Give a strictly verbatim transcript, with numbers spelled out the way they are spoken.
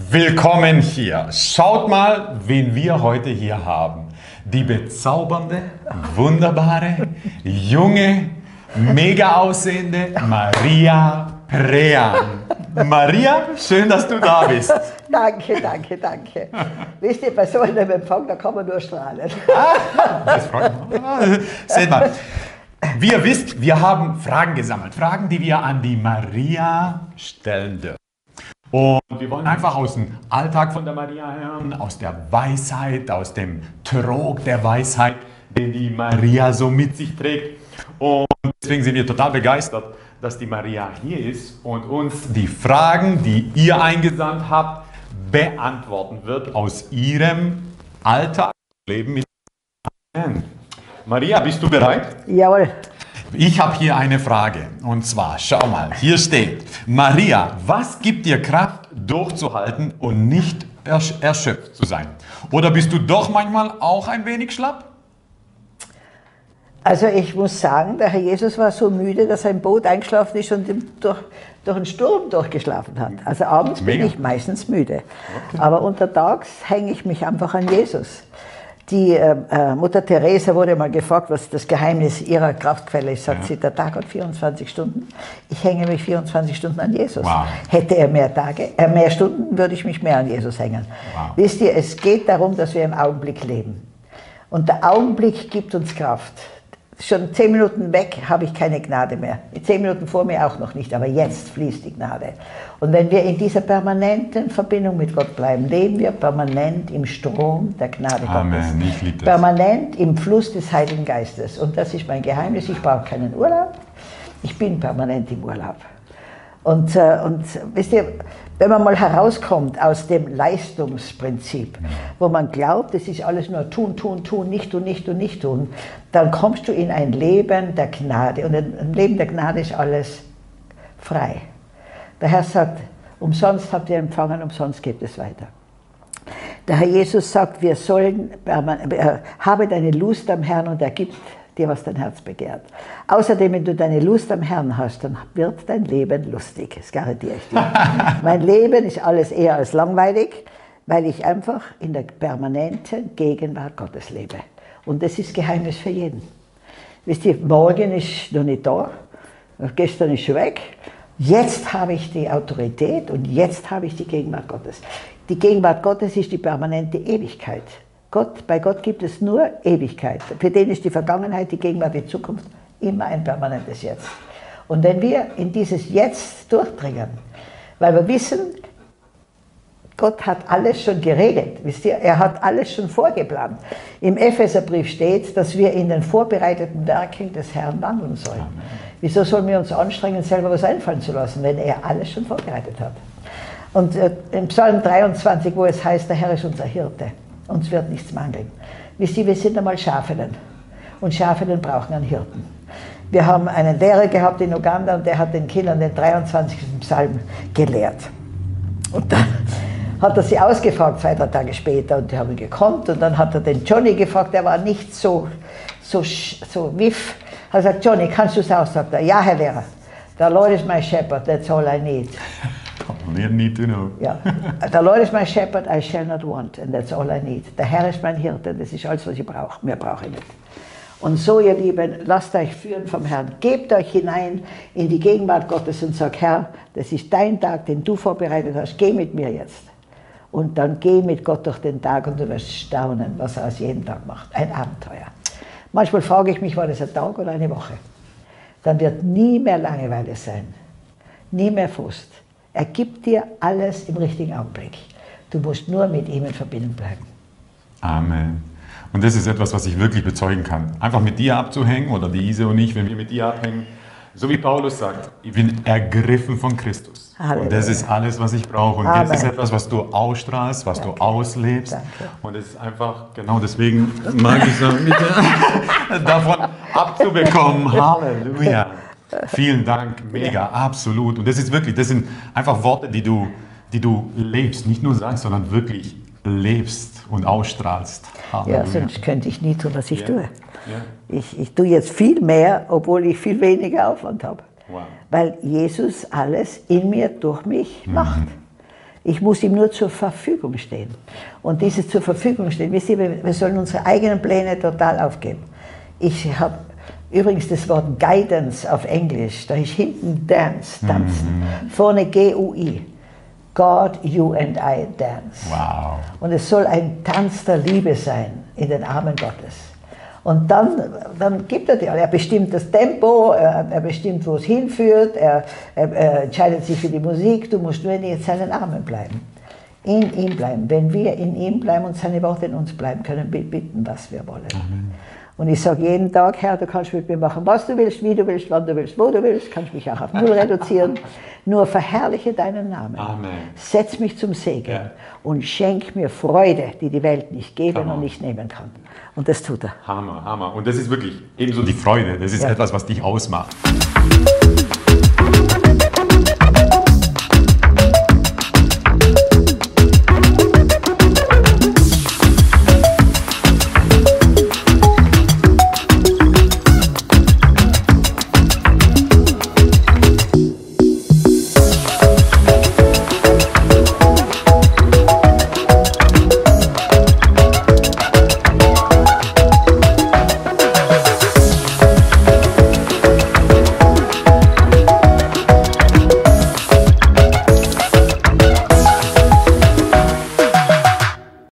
Willkommen hier. Schaut mal, wen wir heute hier haben. Die bezaubernde, wunderbare, junge, mega aussehende Maria Prean. Maria, schön, dass du da bist. Danke, danke, danke. Wisst ihr, bei so einem Empfang, da kann man nur strahlen. Das freut mich. Seht mal. Wie ihr wisst, wir haben Fragen gesammelt. Fragen, die wir an die Maria stellen dürfen. Und wir wollen einfach aus dem Alltag von der Maria hören, aus der Weisheit, aus dem Trog der Weisheit, den die Maria so mit sich trägt. Und deswegen sind wir total begeistert, dass die Maria hier ist und uns die Fragen, die ihr eingesandt habt, beantworten wird aus ihrem Alltagsleben mit Ihnen. Maria, bist du bereit? Jawohl. Ich habe hier eine Frage und zwar, schau mal, hier steht, Maria, was gibt dir Kraft durchzuhalten und nicht ersch erschöpft zu sein? Oder bist du doch manchmal auch ein wenig schlapp? Also ich muss sagen, der Herr Jesus war so müde, dass er im Boot eingeschlafen ist und durch, durch einen Sturm durchgeschlafen hat. Also abends Mega. bin ich meistens müde, okay. Aber untertags hänge ich mich einfach an Jesus. Die äh, Mutter Teresa wurde mal gefragt, was das Geheimnis ihrer Kraftquelle ist. Sagt ja. sie, der Tag hat vierundzwanzig Stunden. Ich hänge mich vierundzwanzig Stunden an Jesus. Wow. Hätte er mehr Tage, äh, mehr Stunden, würde ich mich mehr an Jesus hängen. Wow. Wisst ihr, es geht darum, dass wir im Augenblick leben. Und der Augenblick gibt uns Kraft. Schon zehn Minuten weg habe ich keine Gnade mehr. Zehn Minuten vor mir auch noch nicht, aber jetzt fließt die Gnade. Und wenn wir in dieser permanenten Verbindung mit Gott bleiben, leben wir permanent im Strom der Gnade Amen. Gottes. Ich liebe das. Permanent im Fluss des Heiligen Geistes. Und das ist mein Geheimnis. Ich brauche keinen Urlaub. Ich bin permanent im Urlaub. Und, äh, und wisst ihr, wenn man mal herauskommt aus dem Leistungsprinzip, wo man glaubt, es ist alles nur tun, tun, tun, nicht tun, nicht tun, nicht tun, dann kommst du in ein Leben der Gnade. Und im Leben der Gnade ist alles frei. Der Herr sagt, umsonst habt ihr empfangen, umsonst gebt es weiter. Der Herr Jesus sagt, wir sollen, äh, habe deine Lust am Herrn und er gibt dir, was dein Herz begehrt. Außerdem, wenn du deine Lust am Herrn hast, dann wird dein Leben lustig. Das garantiere ich dir. Mein Leben ist alles eher als langweilig, weil ich einfach in der permanenten Gegenwart Gottes lebe. Und das ist Geheimnis für jeden. Wisst ihr, morgen ist noch nicht da, gestern ist schon weg. Jetzt habe ich die Autorität und jetzt habe ich die Gegenwart Gottes. Die Gegenwart Gottes ist die permanente Ewigkeit. Gott, bei Gott gibt es nur Ewigkeit. Für den ist die Vergangenheit, die Gegenwart, die Zukunft immer ein permanentes Jetzt. Und wenn wir in dieses Jetzt durchdringen, weil wir wissen, Gott hat alles schon geregelt, wisst ihr, er hat alles schon vorgeplant. Im Epheserbrief steht, dass wir in den vorbereiteten Werken des Herrn wandeln sollen. Wieso sollen wir uns anstrengen, selber was einfallen zu lassen, wenn er alles schon vorbereitet hat? Und äh, im Psalm dreiundzwanzig, wo es heißt, der Herr ist unser Hirte. Uns wird nichts mangeln. Wisst ihr, wir sind einmal Schafenen und Schafenen brauchen einen Hirten. Wir haben einen Lehrer gehabt in Uganda und der hat den Kindern den dreiundzwanzigsten Psalm gelehrt. Und dann hat er sie ausgefragt, zwei, drei Tage später, und die haben gekonnt. Und dann hat er den Johnny gefragt, der war nicht so, so, so wiff. Er hat gesagt, Johnny, kannst du es auch? Sagt er, ja, Herr Lehrer. The Lord is my shepherd, that's all I need. Need to know. Ja. The Lord is my shepherd, I shall not want, and that's all I need. Der Herr ist mein Hirte, das ist alles, was ich brauche. Mehr brauche ich nicht. Und so, ihr Lieben, lasst euch führen vom Herrn. Gebt euch hinein in die Gegenwart Gottes und sagt, Herr, das ist dein Tag, den du vorbereitet hast. Geh mit mir jetzt. Und dann geh mit Gott durch den Tag und du wirst staunen, was er aus jedem Tag macht. Ein Abenteuer. Manchmal frage ich mich, war das ein Tag oder eine Woche? Dann wird nie mehr Langeweile sein. Nie mehr Frust. Er gibt dir alles im richtigen Augenblick. Du musst nur mit ihm in Verbindung bleiben. Amen. Und das ist etwas, was ich wirklich bezeugen kann. Einfach mit dir abzuhängen, oder die Ise und ich, wenn wir mit dir abhängen, so wie Paulus sagt, ich bin ergriffen von Christus. Halleluja. Und das ist alles, was ich brauche. Und Amen. Das ist etwas, was du ausstrahlst, was Danke. Du auslebst. Danke. Und es ist einfach, genau deswegen mag ich sagen, davon abzubekommen. Halleluja. Vielen Dank, mega, ja. Absolut. Und das ist wirklich, das sind einfach Worte, die du, die du lebst, nicht nur sagst, sondern wirklich lebst und ausstrahlst. Halleluja. Ja, sonst könnte ich nie tun, was ich ja. tue. Ja. Ich, ich tue jetzt viel mehr, obwohl ich viel weniger Aufwand habe. Wow. Weil Jesus alles in mir, durch mich macht. Mhm. Ich muss ihm nur zur Verfügung stehen. Und dieses zur Verfügung stehen, wisst ihr, wir sollen unsere eigenen Pläne total aufgeben. Ich habe übrigens das Wort Guidance auf Englisch, da ist hinten Dance, tanzen, mhm. vorne G U I. God, you and I dance. Wow. Und es soll ein Tanz der Liebe sein in den Armen Gottes. Und dann, dann gibt er dir, er bestimmt das Tempo, er, er bestimmt, wo es hinführt, er, er, er entscheidet sich für die Musik, du musst nur in seinen Armen bleiben. In ihm bleiben. Wenn wir in ihm bleiben und seine Worte in uns bleiben, können wir bitten, was wir wollen. Amen. Und ich sage jeden Tag, Herr, du kannst mit mir machen, was du willst, wie du willst, wann du willst, wo du willst, kannst mich auch auf Null reduzieren. Nur verherrliche deinen Namen. Amen. Setz mich zum Segen ja. und schenk mir Freude, die die Welt nicht geben Hammer. Und nicht nehmen kann. Und das tut er. Hammer, Hammer. Und das ist wirklich ebenso die Freude. Das ist ja. etwas, was dich ausmacht.